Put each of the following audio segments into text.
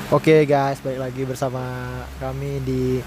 Oke guys, balik lagi bersama kami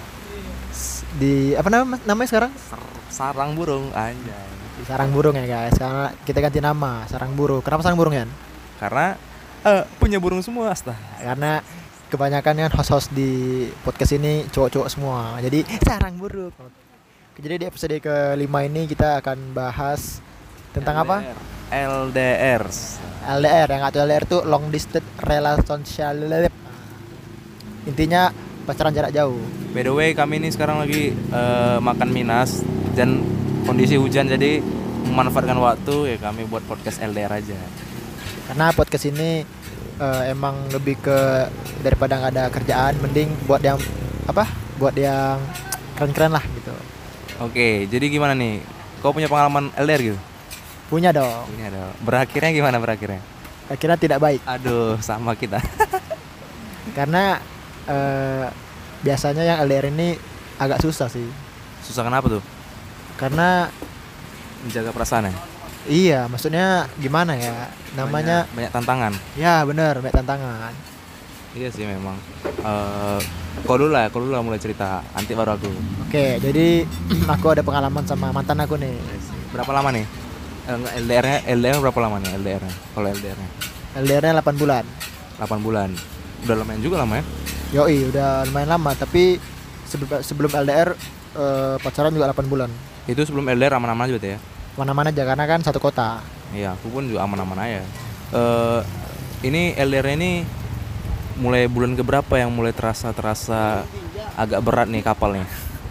di apa namanya sekarang? Sarang burung anjay. Di Sarang Burung ya guys. Karena kita ganti nama Sarang Burung. Kenapa Sarang Burung ya? Karena punya burung semua astaga. Karena kebanyakan kan host-host di podcast ini cowok-cowok semua. Jadi Sarang Burung. Jadi di episode kelima ini kita akan bahas tentang apa? LDR. LDR. Yang atau LDR itu long distance relationship. Intinya pacaran jarak jauh. By the way, kami ini sekarang lagi makan minas dan kondisi hujan, jadi memanfaatkan waktu ya kami buat podcast LDR aja. Karena podcast ini emang lebih ke daripada nggak ada kerjaan, mending buat yang apa? Buat yang keren-keren lah gitu. Oke, jadi gimana nih? Kau punya pengalaman LDR gitu? Punya dong. Punya dong. Berakhirnya gimana berakhirnya? Akhirnya tidak baik. Aduh, sama kita. Karena biasanya yang LDR ini agak susah sih. Susah kenapa tuh? Karena Menjaga perasaan ya? iya, maksudnya gimana ya? Namanya banyak tantangan. ya bener, banyak tantangan. Iya sih memang. Kau dulu lah mulai cerita. Nanti baru aku. Oke, jadi aku ada pengalaman sama mantan aku nih. Berapa lama nih? LDR berapa lama nih LDR-nya? Kalau LDR-nya LDR-nya 8 bulan. 8 bulan. Udah lumayan juga lama ya? Yoi, udah lumayan lama, tapi sebelum LDR pacaran juga 8 bulan. Itu sebelum LDR aman-aman aja berarti ya? Mana-mana aja karena kan satu kota. Iya, aku pun juga aman-aman aja. Ini LDR ini mulai bulan keberapa yang mulai terasa agak berat nih kapalnya?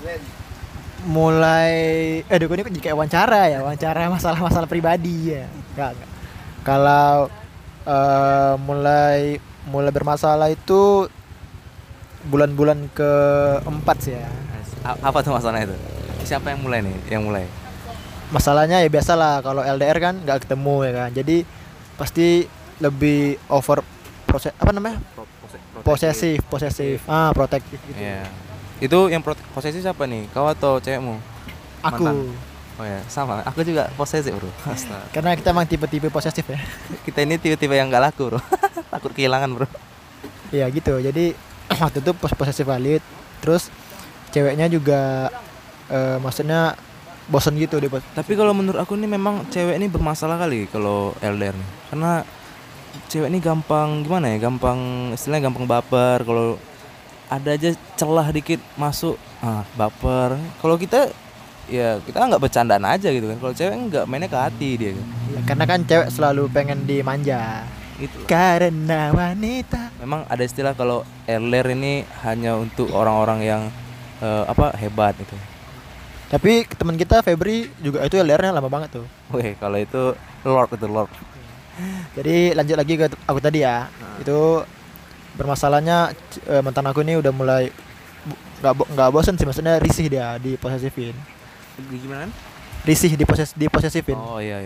Mulai aduh ini kayak wawancara masalah-masalah pribadi ya. Enggak. Kalau mulai bermasalah itu bulan-bulan keempat sih ya. Apa tuh masalahnya itu? Siapa yang mulai nih? Yang mulai? Masalahnya ya biasalah kalau LDR kan nggak ketemu ya kan. Jadi pasti lebih over apa namanya? Posesif. Protektif gitu. Iya. Itu yang posesif siapa nih? Kau atau cewekmu? Aku. Mantan? Oh ya, sama. Aku juga posesif, Bro. Astaga. Karena kita emang tipe-tipe posesif ya. Kita ini tipe-tipe yang gak laku, Bro. Takut kehilangan, Bro. Iya gitu. Jadi waktu itu posesif valid. Terus ceweknya juga maksudnya bosan gitu deh. Tapi kalau menurut aku nih memang cewek ini bermasalah kali kalau LDR nih. Karena cewek ini gampang gimana ya? Istilahnya gampang baper. Kalau ada aja celah dikit masuk, baper. Kalau kita ya kita nggak bercandaan aja gitu kan. Kalau cewek nggak, mainnya ke hati dia kan. Ya, karena kan cewek selalu pengen dimanja. Gitu. Karena wanita. Memang ada istilah kalau LDR ini hanya untuk orang-orang yang hebat gitu. Tapi teman kita Febri juga itu LDR-nya lama banget tuh. Wih, kalau itu Lord. Jadi lanjut lagi ke aku tadi ya. Itu bermasalahnya mantan aku ini udah mulai nggak bosan sih, maksudnya risih dia diposesifin. Gimana? Risih diposesifin. Oh iya.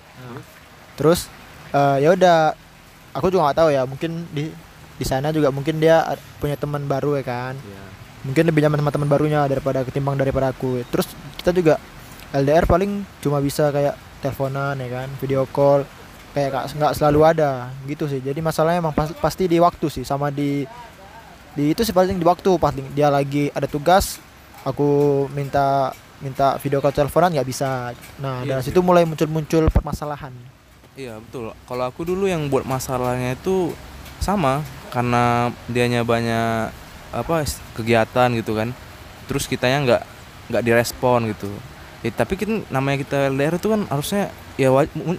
Terus ya udah, aku juga nggak tahu ya, mungkin di sana juga mungkin dia punya teman baru ya kan. Iya. Mungkin lebih nyaman sama teman barunya daripada aku. Terus kita juga LDR paling cuma bisa kayak teleponan ya kan, video call, kayak nggak selalu ada gitu sih. Jadi masalahnya emang pasti di waktu sih, sama di itu sih, paling di waktu. Paling dia lagi ada tugas, aku minta video call teleponan nggak bisa. Nah Iya dari sih. situ mulai muncul permasalahan. Iya betul. Kalau aku dulu yang buat masalahnya itu sama, karena dianya banyak kegiatan gitu kan. Terus kitanya nggak direspon gitu. Tapi namanya kita LDR itu kan harusnya ya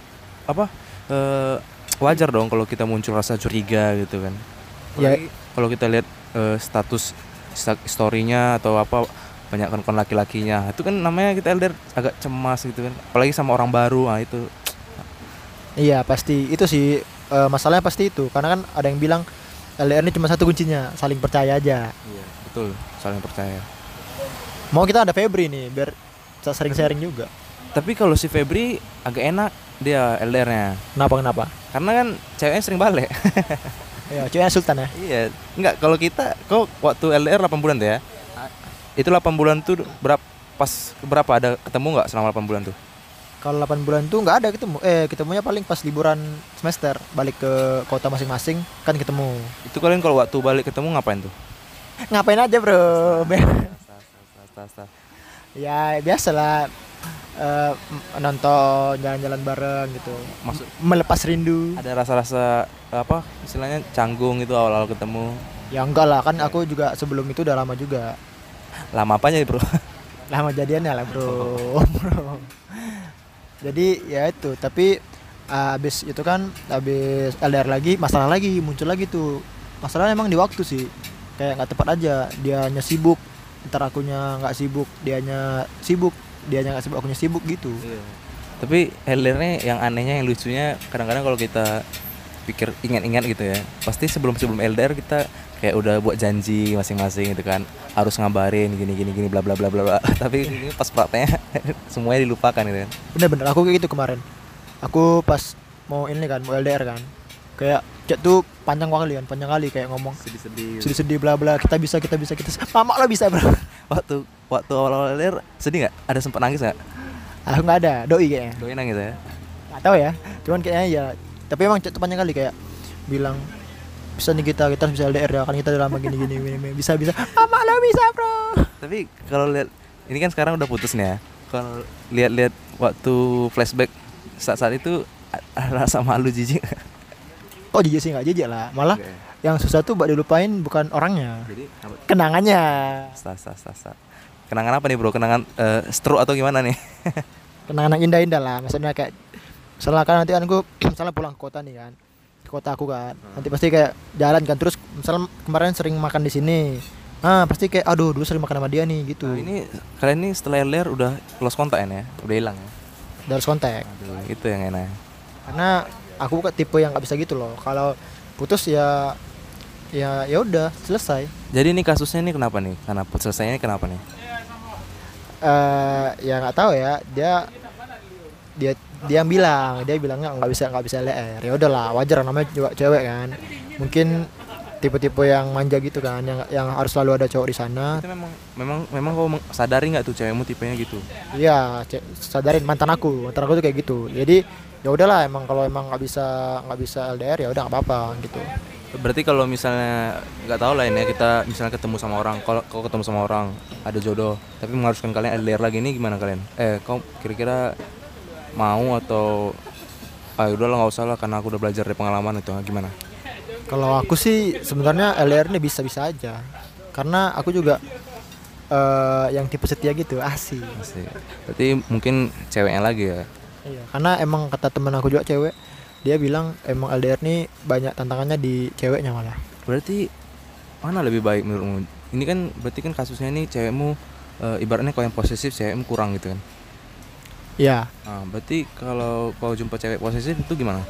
wajar dong kalau kita muncul rasa curiga gitu kan. Apalagi kalau kita lihat status story-nya atau banyak kon laki-lakinya, itu kan namanya kita LDR agak cemas gitu kan. Apalagi sama orang baru, itu. Iya pasti itu sih, masalahnya pasti itu. Karena kan ada yang bilang LDR ini cuma satu kuncinya, saling percaya aja. Iya betul, saling percaya. Mau kita ada Febri nih biar sering sharing juga. Tapi kalau si Febri agak enak dia LDR-nya. Kenapa? Karena kan ceweknya sering balik. Ya ceweknya Sultan ya. Iya, enggak, kalau kita kok waktu LDR 8 bulan tuh ya. Itu 8 bulan tuh berapa ada ketemu enggak selama 8 bulan tuh? Kalau 8 bulan tuh nggak ada ketemu. Ketemunya paling pas liburan semester, balik ke kota masing-masing kan ketemu. Itu kalian kalau waktu balik ketemu ngapain tuh? Ngapain aja, Bro? Astaga. Ya, biasalah eh, nonton, jalan-jalan bareng gitu. Maksud Melepas rindu. ada rasa-rasa apa istilahnya canggung gitu awal-awal ketemu. Ya enggak lah, kan aku juga sebelum itu udah lama juga. Lama apanya bro? Lama jadiannya lah, Bro. Bro. Jadi ya itu, tapi abis itu kan abis LDR lagi, masalah lagi muncul lagi tuh. Masalahnya emang di waktu sih, kayak nggak tepat aja. Dianya sibuk, ntar akunya nggak sibuk, dianya nggak sibuk, akunya sibuk gitu. Iya. Tapi LDR-nya yang anehnya, yang lucunya, kadang-kadang kalau kita pikir ingat-ingat gitu ya, pasti sebelum LDR kita kayak udah buat janji masing-masing gitu kan, harus ngabarin gini bla bla bla bla bla. Tapi ini pas prakteknya semuanya dilupakan gitu kan. Bener-bener aku kayak gitu kemarin. Aku pas mau ini kan, mau LDR kan, kayak chat tuh panjang kali kayak ngomong Sedih-sedih. sedih-sedih bla bla, kita bisa mama lo bisa, Bro. Waktu awal-awal LDR sedih nggak? Ada sempat nangis nggak? Aku nggak ada, doi kayaknya. Doi nangis ya? Nggak tahu ya, cuman kayaknya ya. Tapi emang chat tuh panjang kali, kayak bilang bisa nih kita harus bisa LDR ya kan, kita udah lama gini bisa mama lo bisa, Bro. Tapi kalau lihat ini kan sekarang udah putus nih ya. Kalau lihat-lihat waktu flashback saat itu ada rasa malu jijik. Kok jijik sih? Nggak jijik lah, malah yang susah tuh buat dilupain bukan orangnya, Jadi kenangannya. Sa. Kenangan apa nih bro? Kenangan stroke atau gimana nih? Kenangan yang indah-indah lah, maksudnya kayak misalnya kan nanti kan gue misalnya pulang ke kota nih kan, ke kota aku kan, nanti pasti kayak jalan kan, terus misalnya kemarin sering makan di sini, pasti kayak aduh dulu sering makan sama dia nih gitu. Nah, ini kalian ini setelah LDR udah close kontak ya? Udah hilang ya? Dari kontak. Aduh, itu yang enak. Karena aku kan tipe yang nggak bisa gitu loh, kalau putus ya udah selesai. Jadi ini kasusnya ini kenapa nih? Karena selesainya kenapa nih? Ya nggak tahu ya, dia yang bilangnya nggak bisa LDR. Ya udahlah, wajar, namanya juga cewek kan, mungkin tipe-tipe yang manja gitu kan, yang harus selalu ada cowok di sana. Itu memang kau sadari nggak tuh cewekmu tipenya gitu? Iya, sadarin mantan aku tuh kayak gitu. Jadi ya udahlah, emang kalau emang nggak bisa LDR ya udah nggak apa-apa gitu. Berarti kalau misalnya nggak tahu lah ini ya, kita misalnya ketemu sama orang, kalau kau ketemu sama orang ada jodoh, tapi mengharuskan kalian LDR lagi, ini gimana kalian? Kau kira-kira mau atau udahlah nggak usah lah karena aku udah belajar dari pengalaman itu, gimana? Kalau aku sih sebenarnya LDR ini bisa-bisa aja, karena aku juga yang tipe setia gitu, asik. Berarti mungkin ceweknya lagi ya? Iya, karena emang kata temen aku juga cewek, dia bilang emang LDR nih banyak tantangannya di ceweknya malah. Berarti mana lebih baik menurutmu? Ini kan berarti kan kasusnya ini cewekmu ibaratnya kau yang posesif, cewekmu kurang gitu kan? Iya. Nah, berarti kalau kau jumpa cewek posesif itu gimana?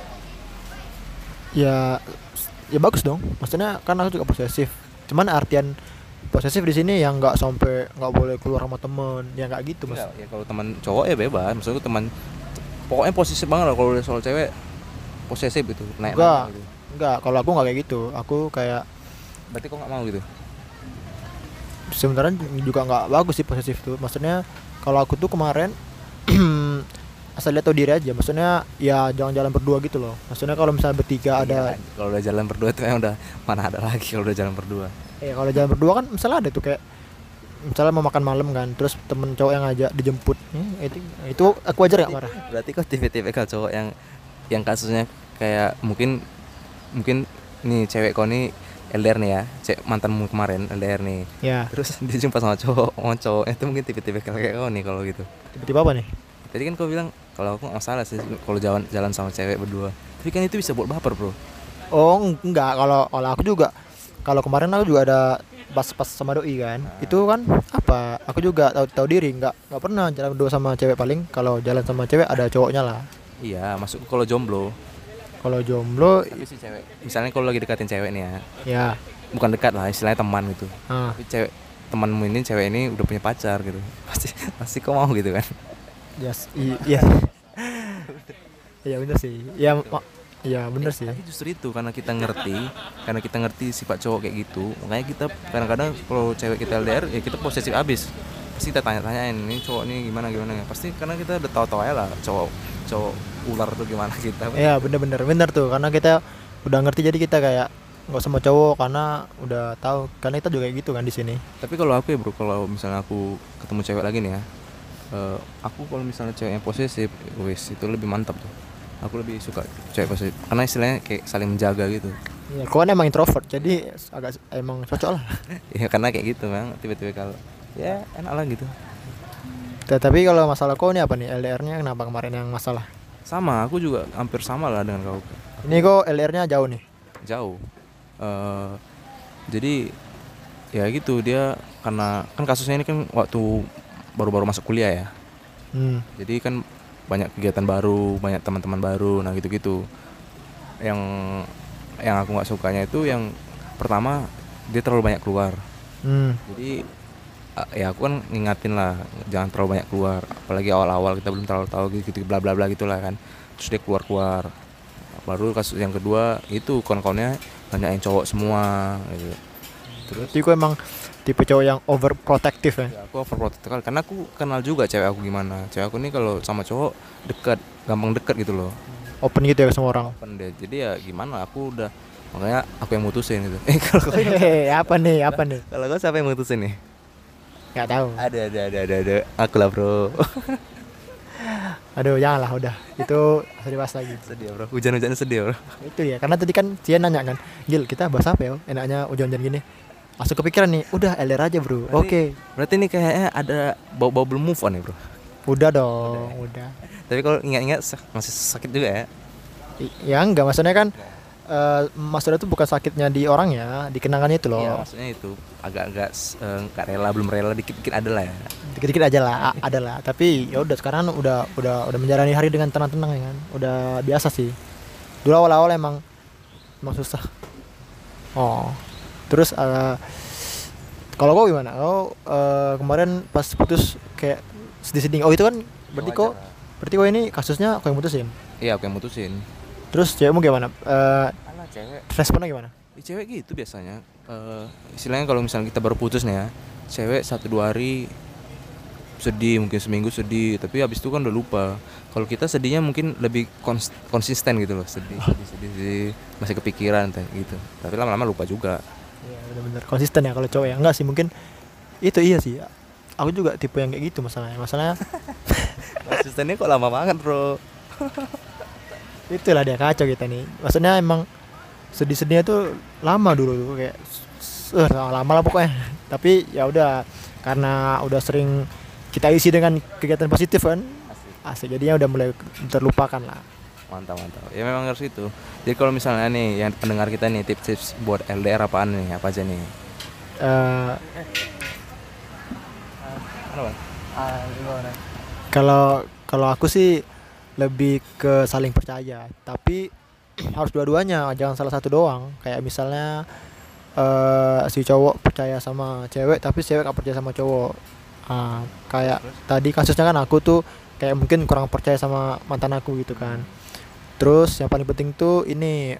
Ya bagus dong. Maksudnya kan aku juga posesif. Cuman artian posesif di sini yang nggak sampai nggak boleh keluar sama temen, ya nggak gitu mas. Ya kalau teman cowok ya bebas, maksudku teman pokoknya posesif banget lah kalau soal cewek, posesif gitu. Enggak, kalau aku nggak kayak gitu. Aku kayak, berarti kok nggak mau gitu? sebenarnya juga nggak bagus sih posesif tuh. Maksudnya kalau aku tuh kemarin asal lihat tahu diri aja. Maksudnya ya jangan jalan berdua gitu loh. Maksudnya kalau misalnya bertiga ada, Kalau udah jalan berdua tuh yang udah mana ada lagi kalau udah jalan berdua. kalau jalan berdua kan misalnya ada tuh kayak misalnya mau makan malam kan, terus temen cowok yang ngajak dijemput, itu aku wajar nggak marah? Berarti kok tipe-tipe kalau cowok yang kasusnya kayak mungkin nih cewek kau nih LDR nih ya, mantanmu kemarin LDR nih. Ya. Terus dia jumpa sama cowok itu mungkin tipe-tipe kayak kau nih kalau gitu. Tiba-tiba apa nih? Tadi kan kau bilang kalau aku nggak masalah sih kalau jalan sama cewek berdua. Tapi kan itu bisa buat baper bro. Oh enggak, kalau aku juga, kalau kemarin aku juga ada pas sama doi kan, itu kan apa? Aku juga tahu diri, nggak pernah jalan berdua sama cewek, paling kalau jalan sama cewek ada cowoknya lah. Iya, maksudku kalau jomblo. Kalau jomblo, Tapi si cewek, misalnya kalau lagi dekatin cewek nih ya, ya. bukan dekat lah, istilahnya teman gitu. Ah, Tapi temanmu ini cewek ini udah punya pacar gitu, pasti kau mau gitu kan? yes, iya. Iya bener sih. Iya bener sih. Tapi justru itu karena kita ngerti sifat cowok kayak gitu, makanya kita kadang-kadang kalau cewek kita LDR ya kita posesif abis. Pas pasti kita tanya-tanyain ini cowok nih gimana gimana ya. Pasti karena kita udah tahu-tahu aja lah cowok cowok ular tuh gimana kita. Iya bener tuh, karena kita udah ngerti jadi kita kayak nggak sama cowok karena udah tahu, karena kita juga kayak gitu kan di sini. Tapi kalau aku ya bro, kalau misalnya aku ketemu cewek lagi nih ya, aku kalau misalnya cewek yang posesif, wes itu lebih mantap tuh. Aku lebih suka cewek posesif karena istilahnya kayak saling menjaga gitu. Iya, kau kan emang introvert jadi agak emang cocok lah. Ya karena kayak gitu bang, tiba-tiba kalau ya enak lah gitu. Tapi kalau masalah kau ini apa nih, LDR-nya kenapa kemarin yang masalah? Sama, aku juga hampir sama lah dengan kau. Ini kok LDR-nya jauh nih? Jauh. Jadi ya gitu, dia karena kan kasusnya ini kan waktu baru-baru masuk kuliah ya. Jadi kan banyak kegiatan baru, banyak teman-teman baru, nah gitu-gitu. Yang aku nggak sukanya itu yang pertama dia terlalu banyak keluar. Jadi ya aku kan ngingatin lah jangan terlalu banyak keluar, apalagi awal-awal kita belum terlalu tahu gitu bla bla bla gitulah kan. Terus dia keluar. Baru kasus yang kedua itu kawan-kawannya banyak yang cowok semua gitu. Terus jadi kau emang tipe cowok yang overprotective ya? ya aku overprotective karena aku kenal juga cewek aku gimana. Cewek aku nih kalau sama cowok dekat, gampang dekat gitu loh. Open gitu ya ke semua orang? Open deh. Jadi ya gimana, aku udah, makanya aku yang mutusin gitu. Kalau Apa nih? kalau kau siapa yang mutusin nih? Nggak tahu. Ada. Aku lah bro. Aduh janganlah, udah itu harus dibahas lagi. Sedih bro, hujan-hujannya sedih bro. Itu ya, karena tadi kan Cia nanya kan, Gil kita bahas apa ya enaknya hujan-hujan gini. Langsung kepikiran nih, udah LDR aja bro. Oke. Berarti ini kayaknya ada bau-bau belum move on ya bro. Udah dong, udah. Tapi kalau ingat-ingat masih sakit juga ya. Ya enggak, maksudnya kan maksudnya itu bukan sakitnya di orang ya, di kenangannya itu loh. Iya maksudnya itu agak-agak nggak rela, belum rela, dikit-dikit ada lah ya. Dikit-dikit aja lah, ada lah. Tapi ya udah sekarang udah menjalani hari dengan tenang-tenang ya kan. Udah biasa sih. Dulu awal-awal emang susah. Oh. Terus kalau kau gimana? Kau kemarin pas putus kayak sedih-sedih. Oh itu kan berarti kau ini kasusnya kau yang mutusin. Iya aku yang mutusin. Terus cewekmu gimana? Alah cewek. Responnya gimana? Cewek gitu biasanya. Istilahnya kalau misalnya kita baru putus nih ya, cewek 1-2 hari sedih, mungkin seminggu sedih, tapi habis itu kan udah lupa. Kalau kita sedihnya mungkin lebih konsisten gitu loh, sedih, masih kepikiran gitu. Tapi lama-lama lupa juga. Iya benar-benar konsisten ya kalau cowok ya. Enggak sih, mungkin itu iya sih. Aku juga tipe yang kayak gitu masalahnya. Konsistennya kok lama banget bro. Itulah dia kacau kita nih. Maksudnya emang sedih-sedihnya tuh lama dulu tuh kayak lama lah pokoknya. Tapi ya udah, karena udah sering kita isi dengan kegiatan positif kan. Asik. Jadinya udah mulai terlupakan lah. Mantap. Ya memang harus itu. Jadi kalau misalnya nih yang pendengar kita nih tips-tips buat LDR apaan nih? Apa aja nih? Kalau aku sih lebih ke saling percaya, tapi harus dua-duanya, jangan salah satu doang. Kayak misalnya si cowok percaya sama cewek tapi cewek gak percaya sama cowok. Kayak tadi kasusnya kan aku tuh kayak mungkin kurang percaya sama mantan aku gitu kan. Terus yang paling penting tuh ini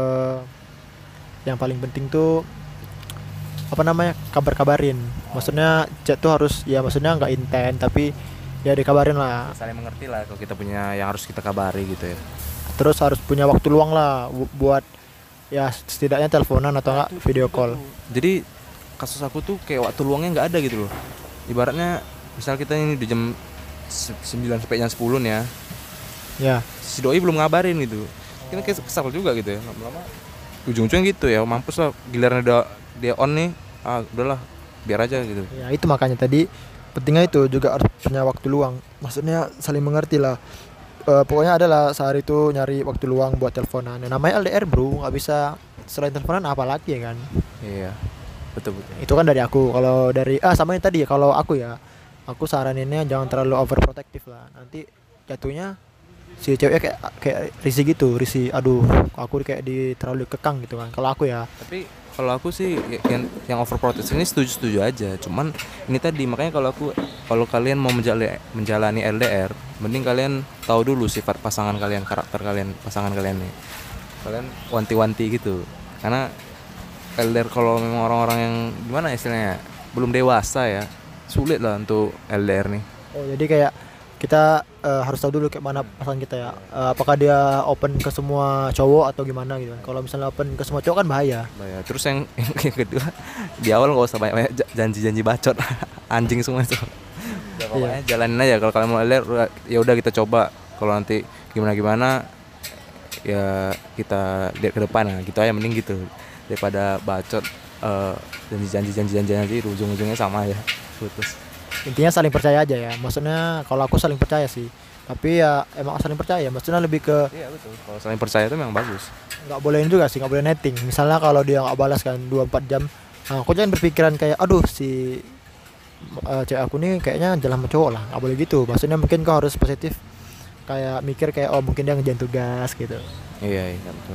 apa namanya, kabarin. Maksudnya chat tuh harus ya, maksudnya nggak intens tapi ya dikabarin lah. Saling mengerti lah kalau kita punya yang harus kita kabari gitu ya. Terus harus punya waktu luang lah buat ya setidaknya teleponan atau enggak video call. Jadi kasus aku tuh kayak waktu luangnya nggak ada gitu loh. Ibaratnya misal kita ini di jam 9 sampai jam 10 nih ya. Ya. Si doi belum ngabarin gitu. Kita kayak kesal juga gitu ya. Lama-lama ujung-ujungnya gitu ya, mampus lah giliran dia on nih. Udahlah, biar aja gitu. Ya itu makanya tadi pentingnya itu juga harus punya waktu luang. Maksudnya saling mengerti lah. Pokoknya adalah sehari itu nyari waktu luang buat teleponan. Namanya LDR bro, nggak bisa selain teleponan apa lagi ya kan? Iya, betul. Itu kan dari aku. Kalau dari sama yang tadi ya, kalau aku ya, aku saraninnya jangan terlalu overprotective lah. Nanti jatuhnya si ceweknya kayak risih gitu, Aduh, aku kayak terlalu kekang gitu kan. Kalau aku ya. Tapi kalau aku sih yang overprotective ini setuju aja. Cuman ini tadi makanya kalau kalian mau menjalani LDR, mending kalian tahu dulu sifat pasangan kalian, karakter kalian, pasangan kalian nih. Kalian wanti-wanti gitu. Karena LDR kalau memang orang-orang yang gimana istilahnya belum dewasa ya, sulit lah untuk LDR nih. Oh jadi kayak kita harus tahu dulu kayak mana pasangan kita ya. Apakah dia open ke semua cowok atau gimana gitu kan. Kalau misalnya open ke semua cowok kan bahaya. Nah, ya. Terus yang kedua di awal nggak usah banyak janji-janji bacot anjing semua itu. Ya, pokoknya jalanin aja kalau kalian mau LDR ya udah kita coba. Kalau nanti gimana ya kita lihat ke depan gitu aja mending gitu daripada bacot janji ujung-ujungnya sama ya putus. Intinya saling percaya aja ya. Maksudnya kalau aku saling percaya sih. Tapi ya emang saling percaya. Maksudnya lebih ke iya betul. Kalau saling percaya itu memang bagus. nggak boleh juga sih, nggak boleh netting. Misalnya kalau dia nggak balas kan 2-4 jam, nah, aku jangan berpikiran kayak aduh si cewek aku nih kayaknya jalan sama cowok lah. Nggak boleh gitu. Maksudnya mungkin kau harus positif. Kayak mikir kayak oh mungkin dia ngerjain tugas gitu. Iya betul.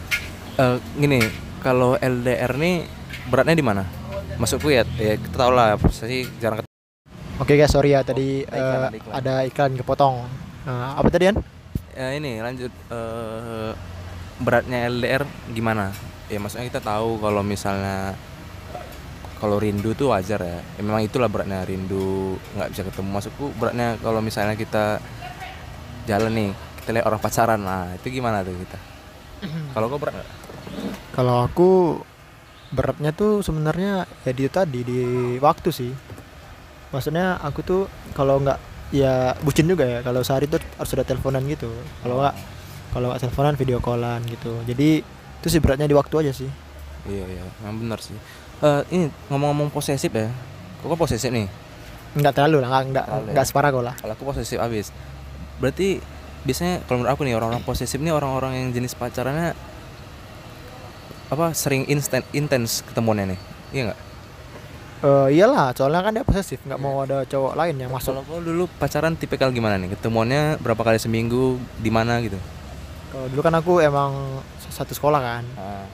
Gini, kalau LDR nih beratnya di mana? Maksudku ya kita tahu lah sih jarang ketemu. Oke guys, sorry ya tadi Ada ada iklan kepotong. Nah, apa tadi An? Ini lanjut beratnya LDR gimana? Ya maksudnya kita tahu kalau misalnya kalau rindu tuh wajar ya. Memang itulah beratnya rindu nggak bisa ketemu. Maksudku beratnya kalau misalnya kita jalan nih kita lihat orang pacaran, nah itu gimana tuh kita? Kalau kau berat nggak? Kalau aku beratnya tuh sebenarnya ya di tadi di waktu sih. Maksudnya aku tuh kalau nggak ya bucin juga ya. Kalau sehari tuh harus ada teleponan gitu. Kalau nggak teleponan video callan gitu. Jadi itu sih beratnya di waktu aja sih. Iya, memang benar sih. Ini ngomong-ngomong posesif ya. Kok posesif nih? Nggak terlalu lah, nggak separah kok lah. Kalau aku posesif abis. Berarti biasanya kalau menurut aku nih orang-orang posesif nih orang-orang yang jenis pacarannya apa sering intens ketemuannya nih. Iya nggak? Iyalah, soalnya kan dia posesif, nggak mau ada cowok lain yang masuk. Kalau kau dulu pacaran tipikal gimana nih? Ketemuannya berapa kali seminggu, di mana gitu? Kalau dulu kan aku emang satu sekolah kan.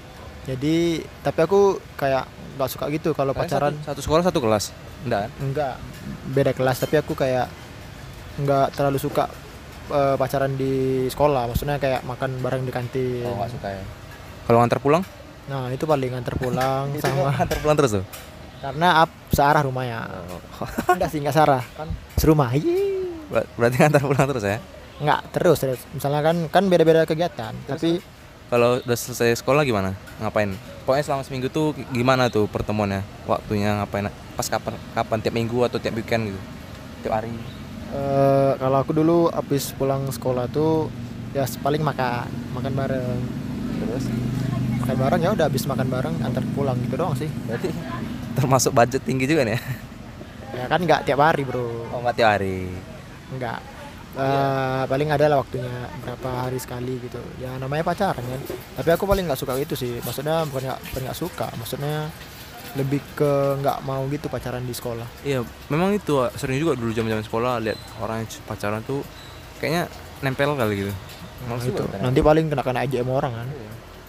Jadi tapi aku kayak nggak suka gitu kalau pacaran. Satu sekolah satu kelas? Enggak, beda kelas. Tapi aku kayak nggak terlalu suka pacaran di sekolah. Maksudnya kayak makan bareng di kantin. Oh nggak suka ya? Kalau ngantar pulang? Nah itu paling ngantar pulang sama. Ngantar pulang terus tuh? Karena searah rumahnya. Enggak sih, nggak searah kan serumah. Berarti ngantar pulang terus ya? Nggak terus. Misalnya kan beda-beda kegiatan. Terus, tapi kalau udah selesai sekolah gimana? Ngapain? Pokoknya selama seminggu tuh gimana tuh pertemuannya? Waktunya ngapain? Pas kapan? Tiap minggu atau tiap weekend gitu? Tiap hari? Kalau aku dulu habis pulang sekolah tuh ya paling makan bareng. Terus? Makan bareng ya udah habis makan bareng antar pulang gitu doang sih. Berarti termasuk budget tinggi juga nih ya? Ya kan nggak tiap hari bro. Oh nggak tiap hari? Nggak. Paling ada lah waktunya berapa hari sekali gitu. Ya namanya pacaran kan. Tapi aku paling nggak suka itu sih. Maksudnya bukan nggak suka. Maksudnya lebih ke nggak mau gitu pacaran di sekolah. Iya, memang itu sering juga dulu zaman sekolah lihat orang yang pacaran tuh kayaknya nempel kali gitu. Nah, itu nanti paling kena aja sama orang kan.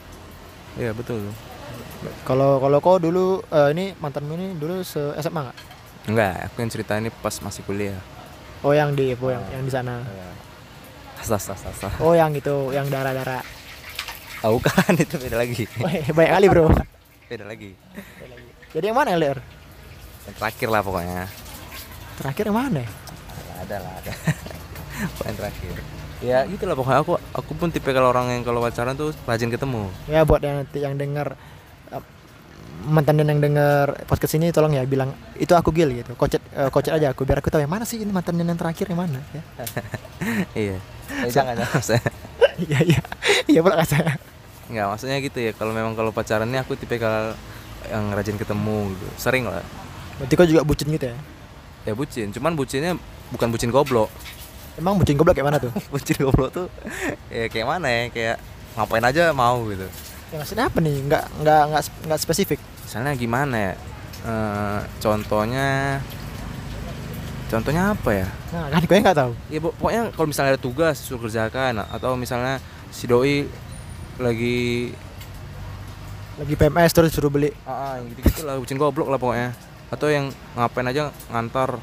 Iya betul. Kalau kau dulu ini mantanmu ini dulu SMA nggak? Enggak, aku yang cerita ini pas masih kuliah. Oh yang di Evo yang di sana. Astaga. Oh yang itu yang darah-darah. Oh kan itu beda lagi. Banyak kali bro. Beda lagi. Jadi yang mana LDR? Yang terakhir lah pokoknya. Terakhir yang mana? Ada. Poin terakhir. Ya gitulah pokoknya aku pun tipe kalau orang yang kalau pacaran tuh rajin ketemu. Ya buat yang denger mantan dan yang denger podcast ini tolong ya bilang itu aku Gil gitu. Kocet aja aku biar aku tahu yang mana sih ini mantan dan yang terakhir yang mana ya. Iya. Jangan saya. Iya pula saya. Enggak, maksudnya gitu ya. Kalau memang kalau pacarannya aku tipe kalau yang rajin ketemu gitu. Sering lah. Berarti kau juga bucin gitu ya? Ya bucin, cuman bucinnya bukan bucin goblok. Emang bucin goblok kayak mana tuh? Bucin goblok tuh ya kayak mana ya, kayak ngapain aja mau gitu. Ya maksudnya apa nih? Nggak spesifik. Misalnya gimana ya? Contohnya apa ya? Nah kan gue nggak tahu. Ya pokoknya kalau misalnya ada tugas suruh kerjakan, atau misalnya si doi lagi PMS terus suruh beli. yang gitu-gitu lah, bucin goblok lah pokoknya. Atau yang ngapain aja ngantar.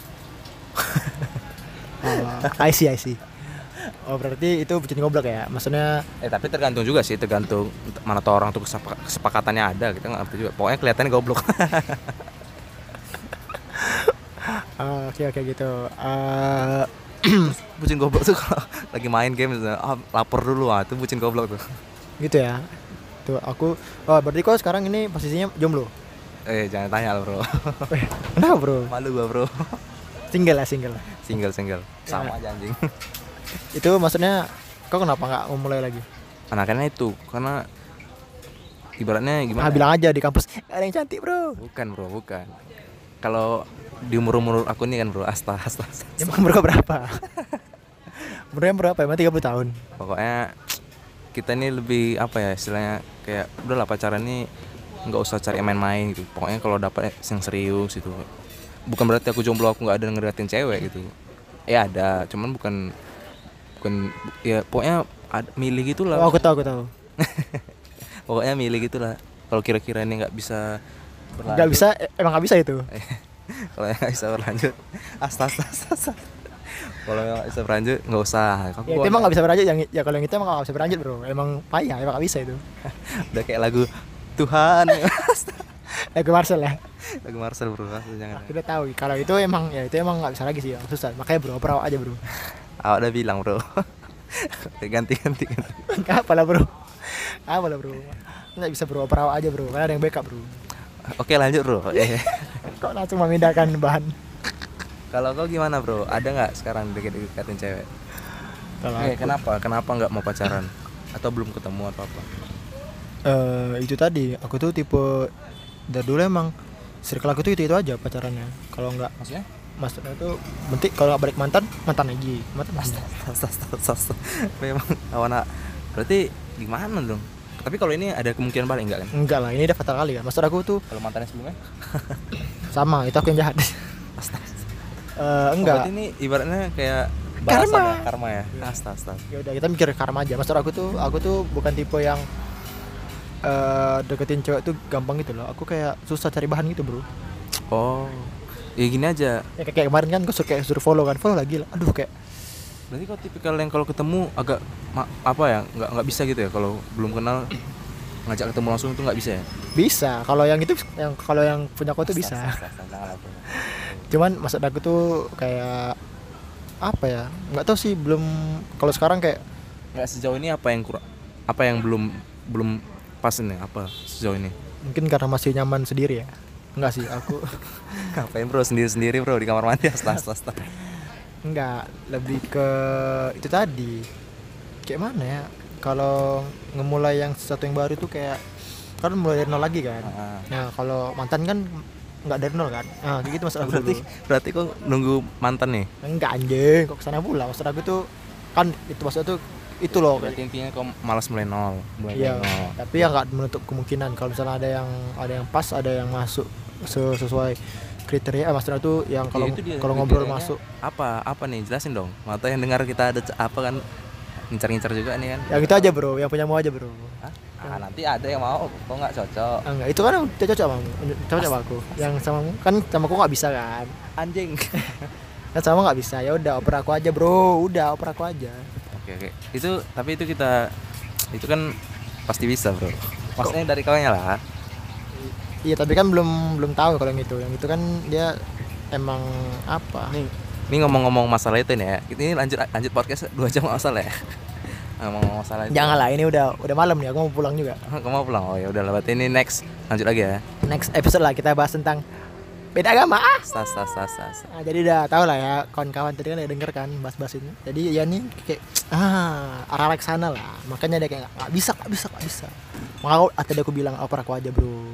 I see. Oh berarti itu bucin goblok ya? Maksudnya Tapi tergantung juga sih, tergantung mana tuh orang tuh kesepakatannya ada, kita nggak ngerti juga. Pokoknya kelihatannya goblok. Oke oke gitu. Bucin goblok tuh kalau lagi main game lapor dulu, itu bucin goblok tuh. Gitu ya. Tuh aku, berarti kok sekarang ini posisinya jomblo. Jangan tanya lah bro. Kenapa bro? Malu gua bro. Single lah single. Single sama aja anjing. Itu maksudnya kok kenapa nggak mau mulai lagi? Karena itu karena ibaratnya gimana? Bilang aja di kampus ada yang cantik bro. Bukan. Kalau di umur aku ini kan bro, asta. Emang bro berapa? Umurnya berapa? Emang 30 tahun. Pokoknya kita ini lebih apa ya istilahnya, kayak udahlah pacaran ini nggak usah cari main-main gitu. Pokoknya kalau dapat yang serius gitu. Bukan berarti aku jomblo aku nggak ada ngedeketin cewek gitu. Ada, cuman bukan ya pokoknya milih gitulah. Oh, aku tahu. Pokoknya milih gitulah. Kalau kira-kira ini nggak bisa berlanjut. Nggak bisa, emang nggak bisa itu. Kalau yang nggak bisa berlanjut, astaga. Kalau yang nggak bisa berlanjut nggak usah. Ya, itu emang nggak bisa berlanjut. Ya kalau yang itu emang nggak bisa berlanjut bro. Emang payah, emang nggak bisa itu. Udah kayak lagu Tuhan. Lagu Marcel ya. Lagu Marcel bro, jangan. Kita tahu kalau itu emang nggak bisa lagi sih, susah. Makanya bro, oper aja bro. Awak udah bilang bro. ganti. Nggak apa lah bro. Nggak bisa bro, oper aja bro. Karena ada yang backup bro. Oke lanjut bro. Kok langsung memindahkan bahan? Kalau kau gimana bro? Ada nggak sekarang deket-deketin cewek? Kalau Kenapa nggak mau pacaran? Atau belum ketemu atau apa? Itu tadi, aku tuh tipe dari dulu emang circle aku tuh itu aja pacarannya. Kalau nggak, maksudnya tuh penting kalau nggak balik mantan lagi. Astaga. Memang awana. Berarti gimana dong? Tapi kalau ini ada kemungkinan balik enggak kan? Enggak lah, ini udah fatal kali kan. Maksud aku tuh Kalau mantannya sebelumnya? sama, itu aku yang jahat. Enggak. Berarti ini ibaratnya kayak karma ya. Astaga. Ya udah, kita mikir karma aja. Maksud aku tuh bukan tipe yang deketin cewek tuh gampang gitu loh. Aku kayak susah cari bahan gitu bro. Oh, ya gini aja. Ya, kayak kemarin kan gue suruh follow lagi lah. Aduh kayak. Berarti kau tipikal yang kalau ketemu agak apa ya, nggak bisa gitu ya, kalau belum kenal ngajak ketemu langsung itu nggak bisa ya? Bisa, kalau yang punya aku tuh bisa. Cuman maksud aku tuh kayak apa ya, nggak tahu sih, belum. Kalau sekarang kayak nggak sejauh ini apa yang belum pas nih, apa sejauh ini? mungkin karena masih nyaman sendiri ya. Enggak sih aku. Ngapain bro sendiri bro di kamar mandi? Astaga. Enggak, lebih ke itu tadi. Kayak mana ya? Kalau ngemulai yang sesuatu yang baru tuh kayak kan mulai dari nol lagi kan. Nah, kalau mantan kan enggak dari nol kan. Nah, kayak gitu maksud aku. Berarti kok nunggu mantan nih? Enggak anjing, kok kesana pula. Maksud aku tuh kan itu maksudnya tuh itu loh. Berarti intinya kok malas mulai nol. Iya, tapi ya enggak menutup kemungkinan kalau misalnya ada yang pas, ada yang masuk sesuai kriteria. Maksudnya tuh yang kalau ngobrol masuk apa nih, jelasin dong. Mata yang dengar kita ada apa kan, ngincar juga nih kan. Yang itu aja bro, yang punya mau aja bro. Nanti ada yang mau kok nggak cocok. Enggak, itu kan udah cocok sama aku. Yang sama sama aku nggak bisa kan, anjing. Kan sama nggak bisa, ya udah oper aku aja bro, oper aku aja. Oke. Tapi itu kan pasti bisa bro. Maksudnya dari kawannya lah. Iya, tapi kan belum tahu kalau yang itu. Yang itu kan dia emang apa? Ini ngomong-ngomong masalah itu nih ya. Ini lanjut podcast 2 jam masalah ya. Ngomong masalah itu. Jangan lah, ini udah malam nih, aku mau pulang juga. Kamu mau pulang? Oh ya udah, berarti ini next lanjut lagi ya. Next episode lah kita bahas tentang beda agama. Nah, jadi udah tahu lah ya, kawan-kawan tadi kan udah denger kan bahas-bahas ini. Jadi ya nih kayak arah-arah ke sana lah. Makanya dia kayak nggak bisa. Makanya tadi aku bilang oper aku aja bro.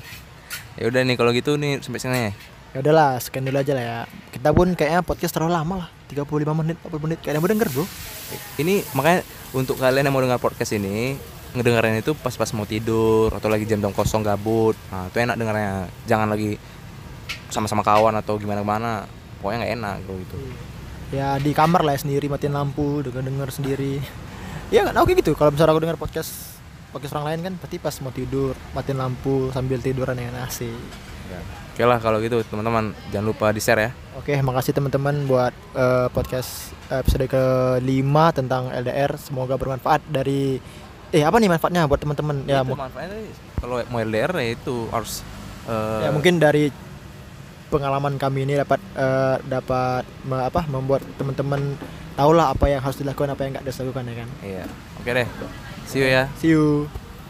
Ya udah nih kalau gitu nih sampai sini ya. Ya udahlah, sekian dulu aja lah ya. Kita pun kayaknya podcast terlalu lama lah, 35 menit, 40 menit. Kalian mau denger bro? Ini makanya untuk kalian yang mau dengar podcast ini, ngedengerin itu pas mau tidur atau lagi jam kosong gabut. Nah itu enak dengarnya. Jangan lagi sama-sama kawan atau gimana, pokoknya nggak enak bro itu. Ya di kamar lah ya, sendiri, matiin lampu, denger sendiri. Ya nggak, oke gitu. Kalau misalnya aku denger podcast orang lain kan pasti pas mau tidur, matiin lampu sambil tiduran ya, asik. Ya. Oke lah kalau gitu teman-teman, jangan lupa di share ya. Oke, makasih teman-teman buat podcast episode ke-5 tentang LDR. Semoga bermanfaat dari apa nih manfaatnya buat teman-teman ya. Manfaatnya kalau mau LDR ya itu harus ya mungkin dari pengalaman kami ini dapat membuat teman-teman tahulah apa yang harus dilakukan, apa yang nggak harus dilakukan ya kan. Iya. Oke deh. See you ya. See you.